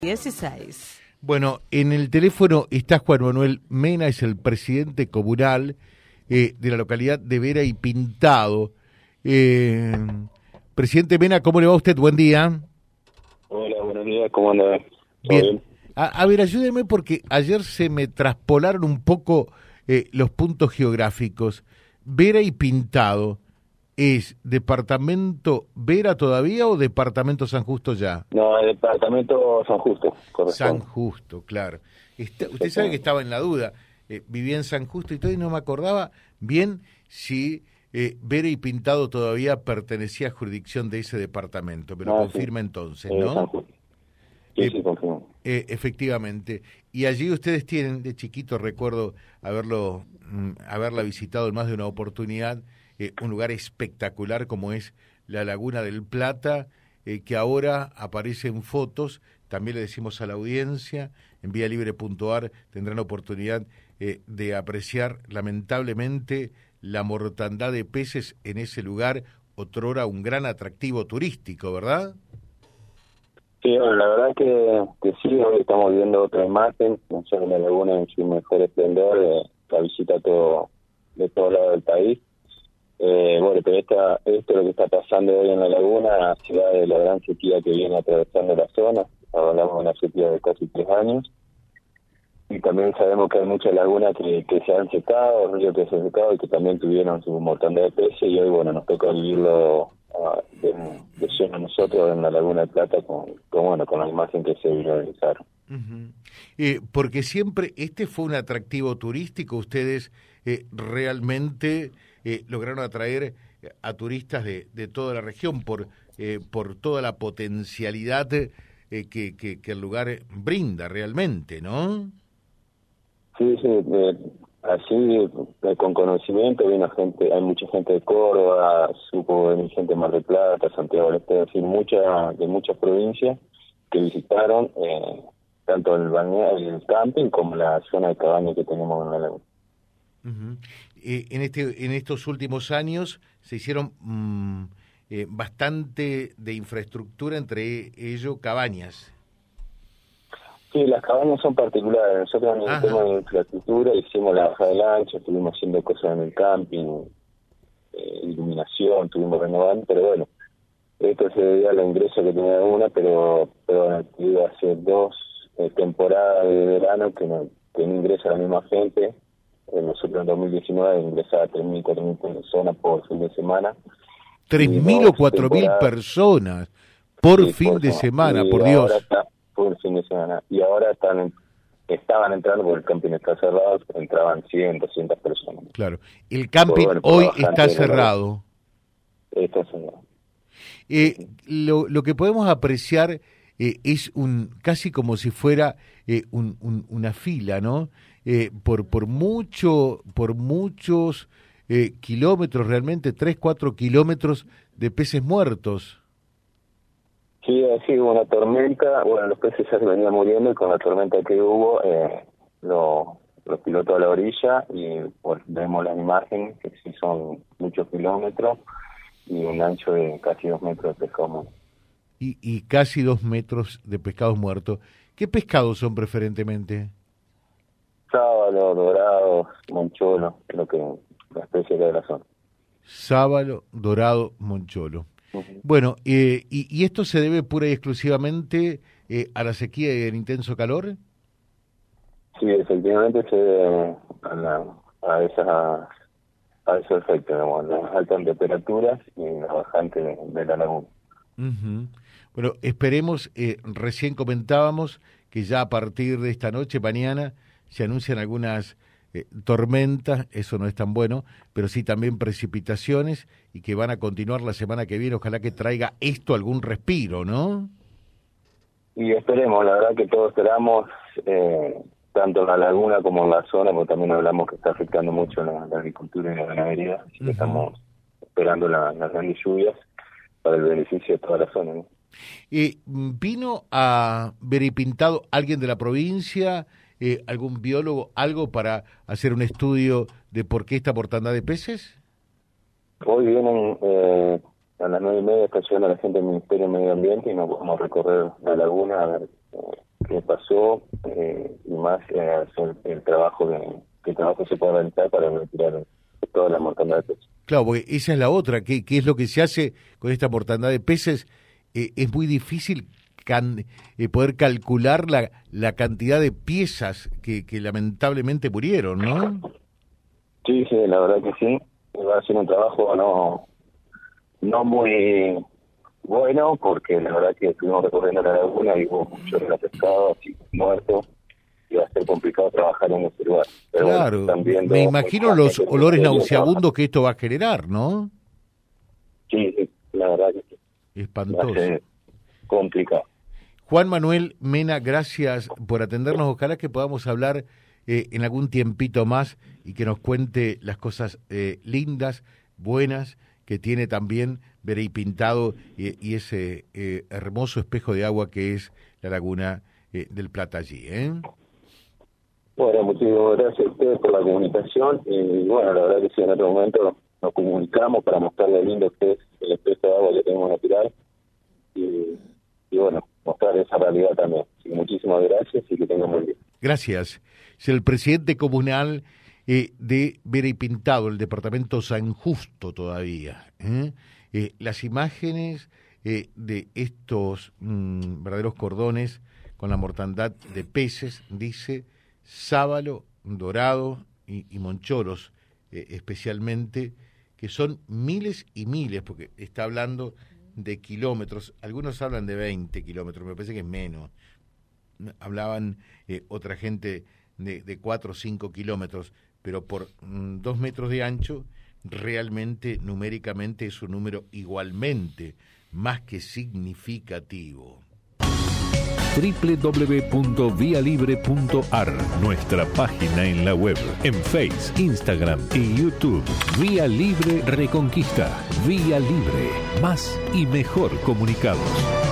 16. Bueno, en el teléfono está Juan Manuel Mena, es el presidente comunal de la localidad de Vera y Pintado. Presidente Mena, ¿cómo le va a usted? Buen día. Hola, buenos días, ¿cómo anda? Bien. A ver, ayúdeme porque ayer se me traspolaron un poco los puntos geográficos. Vera y Pintado, ¿es departamento Vera todavía o departamento San Justo ya? No, el departamento San Justo, correcto. San Justo, claro. Usted sabe que estaba en la duda. Vivía en San Justo y todo y no me acordaba bien si Vera y Pintado todavía pertenecía a jurisdicción de ese departamento. Me lo confirma sí. entonces, ¿no? San Justo. Sí, confirmo. Efectivamente. Y allí ustedes tienen, de chiquito recuerdo haberla visitado en más de una oportunidad, un lugar espectacular como es la Laguna del Plata, que ahora aparece en fotos. También le decimos a la audiencia, en vialibre.ar tendrán oportunidad de apreciar lamentablemente la mortandad de peces en ese lugar, otrora un gran atractivo turístico, ¿verdad? Sí, bueno, la verdad que sí, hoy estamos viendo otra imagen, no solo la laguna en su mejor esplendor, la visita de todos lados del país. Bueno, pero esto es lo que está pasando hoy en la laguna, a ciudad de la gran sequía que viene atravesando la zona. Hablamos de una sequía de casi 3 años. Y también sabemos que hay muchas lagunas que se han secado, ríos que se han secado y que también tuvieron su mortandad de peces. Y hoy, bueno, nos toca vivirlo de lleno a nosotros en la Laguna de Plata con la imagen que se viralizaron. Porque siempre este fue un atractivo turístico. Ustedes realmente lograron atraer a turistas de toda la región por toda la potencialidad que el lugar brinda realmente, ¿no? Sí, así con conocimiento vino gente, hay mucha gente de Córdoba, supo venir gente de Mar del Plata, Santiago del Estero, es decir, de muchas provincias que visitaron tanto el camping como la zona de cabaña que tenemos en la laguna. En estos últimos años se hicieron bastante de infraestructura, entre ellos cabañas. Sí, las cabañas son particulares. Nosotros en el tema de infraestructura hicimos la baja de lancha, estuvimos haciendo cosas en el camping, iluminación, estuvimos renovando, pero bueno, esto se debía al ingreso que tenía una, pero iba a ser 2 temporadas de verano que no ingresa la misma gente. Nosotros en 2019 ingresaba 3.000, 4.000 personas por fin de semana. 3.000 o 4.000 personas por fin de semana, por Dios. Por fin de semana. Y ahora estaban entrando, porque el camping está cerrado, entraban 100, 200 personas. Claro. El camping hoy está cerrado. Está cerrado. Lo que podemos apreciar es casi como si fuera una fila, ¿no? Por muchos kilómetros, realmente 3, 4 kilómetros de peces muertos. Sí, así hubo una tormenta, bueno, los peces ya se venían muriendo y con la tormenta que hubo los pilotó a la orilla y pues vemos las imágenes que sí son muchos kilómetros y un ancho de casi 2 metros de pescado muerto. Y casi 2 metros de pescados muertos. ¿Qué pescados son preferentemente? Sábalo, dorado, moncholo, creo que la especie de la zona. Sábalo, dorado, moncholo. Bueno, ¿y esto se debe pura y exclusivamente a la sequía y el intenso calor? Sí, efectivamente se debe a esos efectos, digamos, las altas temperaturas y la bajante de la laguna. Bueno, esperemos, recién comentábamos que ya a partir de esta noche, mañana, se anuncian algunas tormentas, eso no es tan bueno, pero sí también precipitaciones y que van a continuar la semana que viene. Ojalá que traiga esto algún respiro, ¿no? Y esperemos, la verdad que todos esperamos, tanto en la laguna como en la zona, porque también hablamos que está afectando mucho la agricultura y la ganadería, así que estamos esperando las grandes lluvias para el beneficio de toda la zona, ¿no? ¿Vino a Vera y Pintado alguien de la provincia, algún biólogo, algo para hacer un estudio de por qué esta mortandad de peces? Hoy vienen a las 9:30, está llegando la gente del Ministerio de Medio Ambiente y nos vamos a recorrer la laguna a ver más hacer el trabajo que el trabajo se puede realizar para retirar toda la mortandad de peces. Claro, porque esa es la otra, ¿qué es lo que se hace con esta mortandad de peces? Es muy difícil poder calcular la cantidad de piezas que lamentablemente murieron, ¿no? Sí, la verdad que sí. Va a ser un trabajo no muy bueno, porque la verdad que estuvimos recorriendo la laguna y hubo muchos pescados y muertos, y va a ser complicado trabajar en ese lugar. Pero claro, bueno, me imagino los olores nauseabundos que esto va a generar, ¿no? Sí, la verdad que sí. Espantoso. Va a ser complicado. Juan Manuel Mena, gracias por atendernos. Ojalá que podamos hablar en algún tiempito más y que nos cuente las cosas lindas, buenas, que tiene también Verey Pintado y ese hermoso espejo de agua que es la laguna del Plata allí. Bueno, muchísimas gracias a ustedes por la comunicación y bueno, la verdad que sí, en otro momento nos comunicamos para mostrarle lindo que es el espejo de agua que tenemos natural y bueno, mostrar esa realidad también. Así que muchísimas gracias y que tengan muy bien. Gracias. Es el presidente comunal de Verey Pintado, el departamento San Justo todavía. Las imágenes de estos verdaderos cordones con la mortandad de peces, dice, sábalo, dorado y monchoros especialmente, que son miles y miles, porque está hablando de kilómetros, algunos hablan de 20 kilómetros, me parece que es menos. Hablaban otra gente de 4 o 5 kilómetros, pero por 2 metros de ancho, realmente numéricamente es un número igualmente más que significativo. www.vialibre.ar, nuestra página en la web, en Face, Instagram y YouTube. Vía Libre Reconquista. Vía Libre. Más y mejor comunicados.